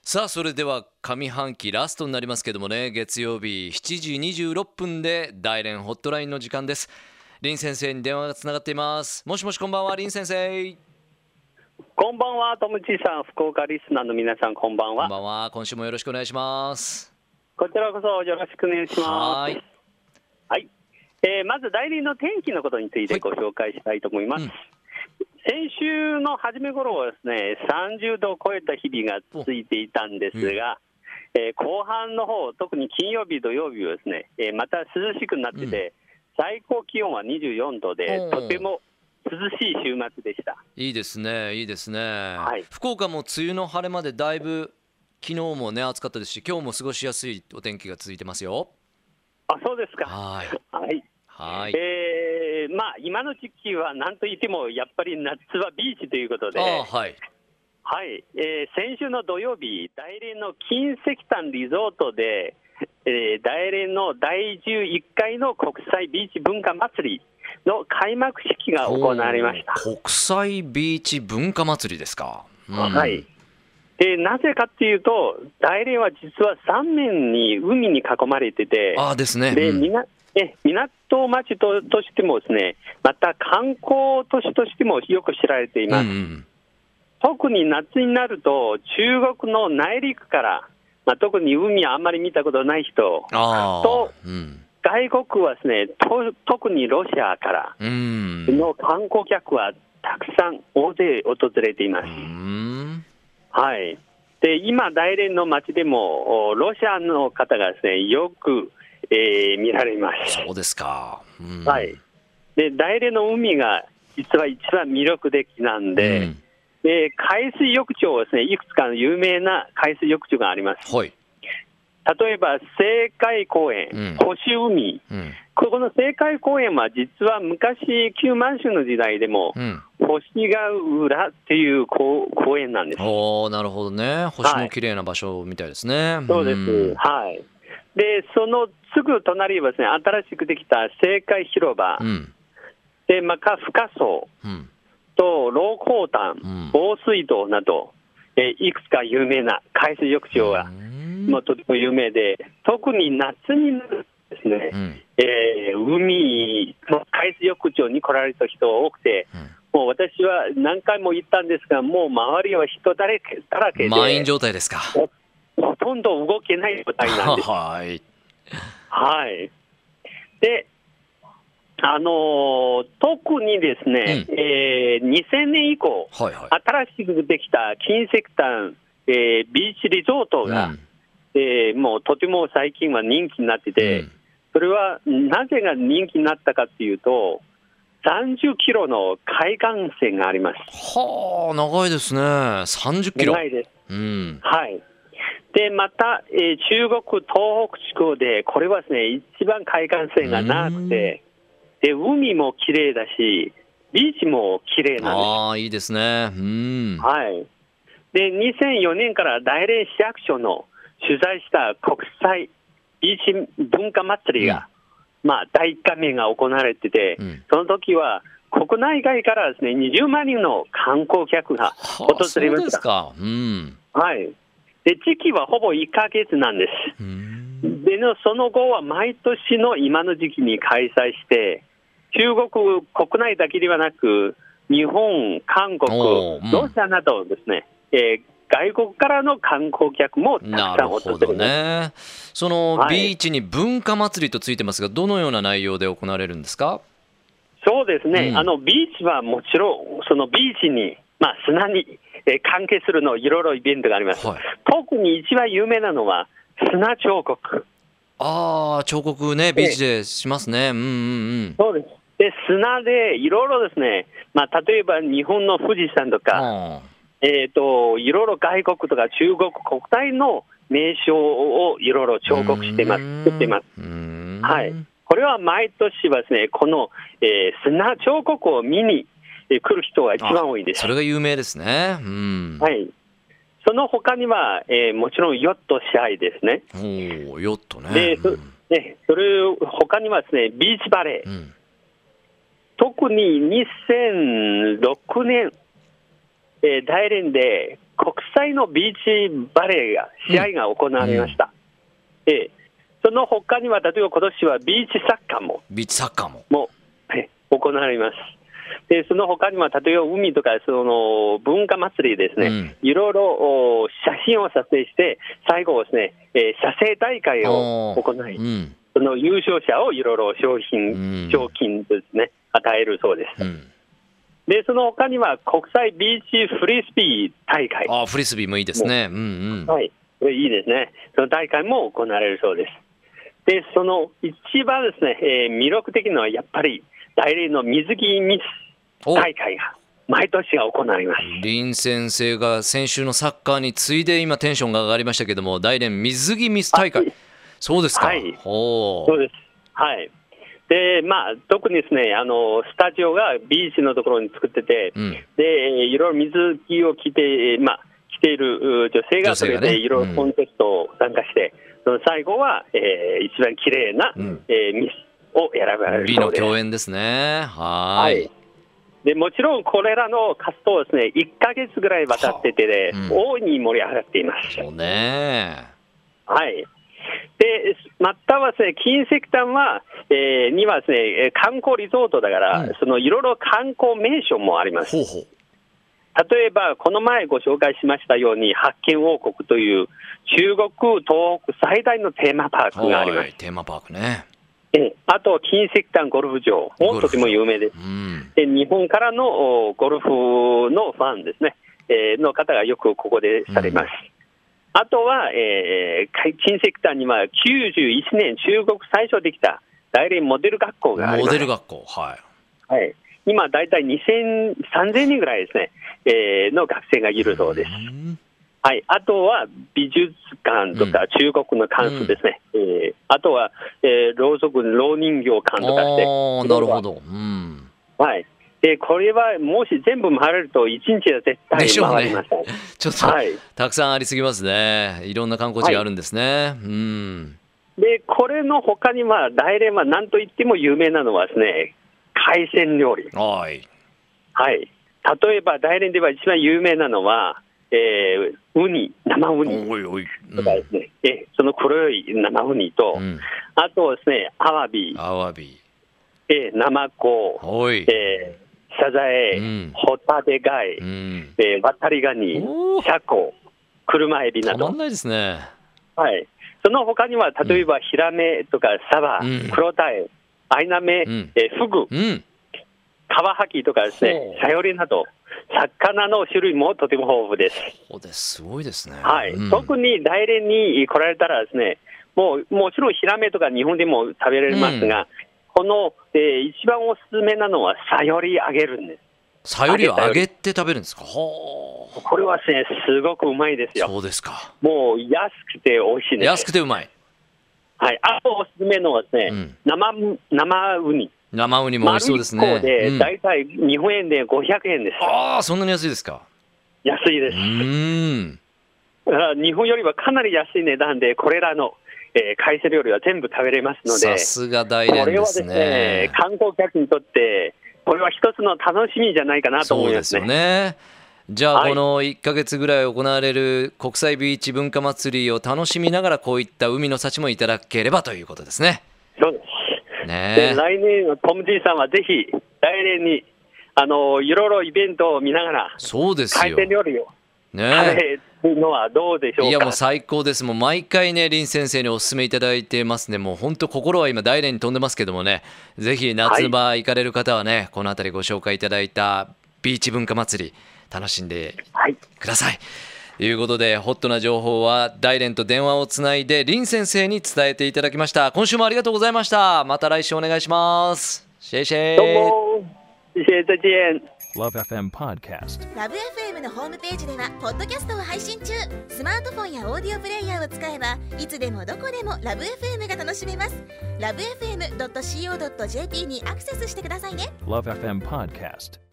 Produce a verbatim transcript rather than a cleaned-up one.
さあそれでは上半期ラストになりますけどもね、月曜日しちじにじゅうろっぷんで大連ホットラインの時間です。林先生に電話がつながっています。もしもし、こんばんは林先生。 こんばんは、ともちさん、福岡リスナーの皆さん、こんばんは。 こんばんは。今週もよろしくお願いします。 こちらこそよろしくお願いします。 はい、 はいえー、まず大連の天気のことについてご紹介したいと思います。はいうん先週の初め頃はですね、さんじゅうどを超えた日々が続いていたんですが、うんえー、後半の方、特に金曜日、土曜日はですね、えー、また涼しくなってて、うん、最高気温はにじゅうよんどで、とても涼しい週末でした。 いいですね、いいですね。 はい、 福岡も梅雨の晴れまでだいぶ、昨日もね暑かったですし、今日も過ごしやすいお天気が続いてますよ。 あ、そうですか。 はい。 はいはいえーまあ、今の時期は何といってもやっぱり夏はビーチということで、 あ、はいはいえー、先週の土曜日、大連の金石炭リゾートで、えー、大連のだいじゅういっかいの国際ビーチ文化祭りの開幕式が行われました。 国際ビーチ文化祭りですか。 うん、はいでなぜかっていうと、大連は実はさん面に海に囲まれてて、 あですね、 で、 うんみなえ港町 と, としてもですね、また観光都市としてもよく知られています。うんうん、特に夏になると、中国の内陸から、まあ、特に海はあんまり見たことない人と、うん、外国はですね、と特にロシアからの観光客はたくさん大勢訪れています。うんはい、で今、大連の街でもロシアの方がですね、よく、えー、見られます。 そうですか。うんはい、で大連の海が実は一番魅力的なんで、うん、で海水浴場はですね、いくつかの有名な海水浴場があります。 はい、 例えば青海公園、うん、星海、うん、ここの青海公園は実は昔旧満州の時代でも、うん、星が浦っていう公園なんです。 おー、なるほどね。星の綺麗な場所みたいですね。はい、 そうです、うん、はいでそのすぐ隣はですね、新しくできた青海広場、うん、でまた深層、うん、と老鉱丹、うん、防水道など、えー、いくつか有名な海水浴場が、もうとても有名で、特に夏になるとですね、うんえー、海の海水浴場に来られた人が多くて、うん、もう私は何回も行ったんですが、もう周りは人だらけだらけで満員状態ですか。 ほとんど動けない状態なんです。 はい、 はい、であのー、特にですね、うんえー、にせんねん以降、はいはい、新しくできた金石炭、えー、ビーチリゾートが、うんえー、もうとても最近は人気になってて、うん、それはなぜが人気になったかっていうと、さんじゅっキロの海岸線があります。 はあ、長いですね。さんじゅっキロ。 長いです。 うん、 はい。でまた、えー、中国東北地区で、これはですね、一番海岸線が長くて、で海も綺麗だし、ビーチも綺麗なんです。 ああ、いいですね。うん、 はい。でにせんよねんから大連市役所の取材した国際ビーチ文化祭りが、うんまあ、だいいっかいめが行われてて、うん、その時は国内外からですね、にじゅうまんにんの観光客が訪れました。 そうですか。うん、 はいで時期はほぼいっかげつなんです。うんでのその後は毎年の今の時期に開催して、中国国内だけではなく、日本、韓国、うん、ロシアなどですね、えー、外国からの観光客もたくさん訪れます。 なるほどね。そのビーチに文化祭りとついてますが、どのような内容で行われるんですか？ そうですね、うん、あのビーチはもちろん、そのビーチに、まあ、砂に関係するのいろいろイベントがあります。はい、特に一番有名なのは砂彫刻。 ああ、彫刻ね、ビーチでしますね。うんうんうん。 そうです。で砂でいろいろですね、まあ、例えば日本の富士山とか、えーと、いろいろ外国とか中国国内の名称をいろいろ彫刻しています、作っています。はい、これは毎年はですね、この、えー、砂彫刻を見に来る人が一番多いです。 それが有名ですね。うん、 はい、その他には、えー、もちろんヨット支配ですね。 おヨットね。 で、そ、ね、それ他にはですね、ビーチバレー、うん、特ににせんろくねん、えー、大連で国際のビーチバレーが試合が行われました、うんうん、えその他には例えば今年はビーチサッカーもビーチサッカーももえ行われます。でその他には例えば海とかその文化祭りですね、うん、いろいろ写真を撮影して最後ですね、えー、写生大会を行い、うん、その優勝者をいろいろ賞品、うん、賞金ですね与えるそうです、うん、でその他には国際ビーチフリスビー大会、 あフリスビーもいいですね、うんうん、 はい、いいですね。その大会も行われるそうです。でその一番ですね、えー、魅力的なのはやっぱり大連の水着ミス大会が毎年が行われます。 林先生が先週のサッカーに次いで今テンションが上がりましたけども、大連水着ミス大会、そうですか、 はい、そうです、はいでまあ、特にですねあのスタジオがビーチのところに作ってて、うん、でいろいろ水着を着て、まあ、着ている女性がそれでいろいろコンテストを参加して、うん、その最後は、えー、一番きれいな、うんえー、ミスを選ばれるそうです。 美の共演ですね。はい、はいでもちろんこれらの活動はですねいっかげつぐらい渡ってて、ねうん、大いに盛り上がっています。 そうね、 はいでまたはですね金石炭は、えー、にはですね観光リゾートだから、うん、そのいろいろ観光名所もあります。 ほうほう例えばこの前ご紹介しましたように発見王国という中国東北最大のテーマパークがあります。 テーマパークね。 えあと金石炭ゴルフ場もとても有名です、うん、で日本からのゴルフのファンですね、えー、の方がよくここでされます、うん、あとは、えー、金石炭にはきゅうじゅういちねん中国最初できた大連モデル学校があります。 モデル学校、はい、 はい、今だいたいにせん、さんぜんにんぐらいですね、えー、の学生がいるそうです、うんはい、あとは美術館とか中国の館数ですね、うんえー、あとは、えー、ろうそく老人形館とかしてなるほど、うんはい、でこれはもし全部回れるといちにちは絶対回りません、ね、 ちょっと、はい、たくさんありすぎますね。いろんな観光地があるんですね、はいうん、 でこれの他には大連は何といっても有名なのはですね海鮮料理、 はい、 はい、例えば大連では一番有名なのはえー、ウニ、生ウニおいおい、 とかですね、うん、えその黒い生ウニと、うん、あとですね、アワビ、 アワビえー、ナマコ、 おいえー、サザエ、うん、ホタテ貝、うんえー、ワタリガニ、シャコ、車エビなど。 たまんないですね。 はい。その他には例えばヒラメとかサバ、うん、クロタエ、アイナメ、うんえー、フグ、うん、カワハキとかですね、サヨリなど。魚の種類もとても豊富です。 そうです、すごいですね。 はい、 うん、 特に大連に来られたらですね、もうもちろんヒラメとか日本でも食べられますが、うん、この、えー、一番おすすめなのはサヨリ揚げるんです。 サヨリを揚げて食べるんですか。ほうこれはですね、すごくうまいですよ。 そうですか。 もう安くて美味しいです。 安くてうまい。 はい、あとおすすめのはですね、うん、生生ウニ。 生ウニも美味しそうですね。 丸いっこでだいたい日本円でごひゃくえんです。 うん、ああ、そんなに安いですか。 安いです。 うーんだから日本よりはかなり安い値段でこれらの、えー、海鮮料理は全部食べれますので、 さすが大連ですね。 これはですね、観光客にとってこれは一つの楽しみじゃないかなと思いますね。 そうですよね。じゃあこのいっかげつぐらい行われる国際ビーチ文化祭りを楽しみながらこういった海の幸もいただければということですね。 そうですね、で来年トム・ジーさんはぜひ大連にあのいろいろイベントを見ながらそうですよ海鮮料理を食べるのはどうでしょうか。 いやもう最高です。もう毎回ね林先生にお勧めいただいてますね。もう本当心は今大連に飛んでますけどもね、ぜひ夏場行かれる方はね、はい、この辺りご紹介いただいたビーチ文化祭り楽しんでください、はいということでホットな情報は大連と電話をつないで林先生に伝えていただきました。今週もありがとうございました。また来週お願いします。シェイシェイ。 どうもシェイシェイ再见。 Love エフエム Podcast Love エフエム のホームページではポッドキャストを配信中。スマートフォンやオーディオプレイヤーを使えばいつでもどこでも Love エフエム が楽しめます。 ラブエフエムドットシーオードットジェーピー にアクセスしてくださいね。 Love エフエム Podcast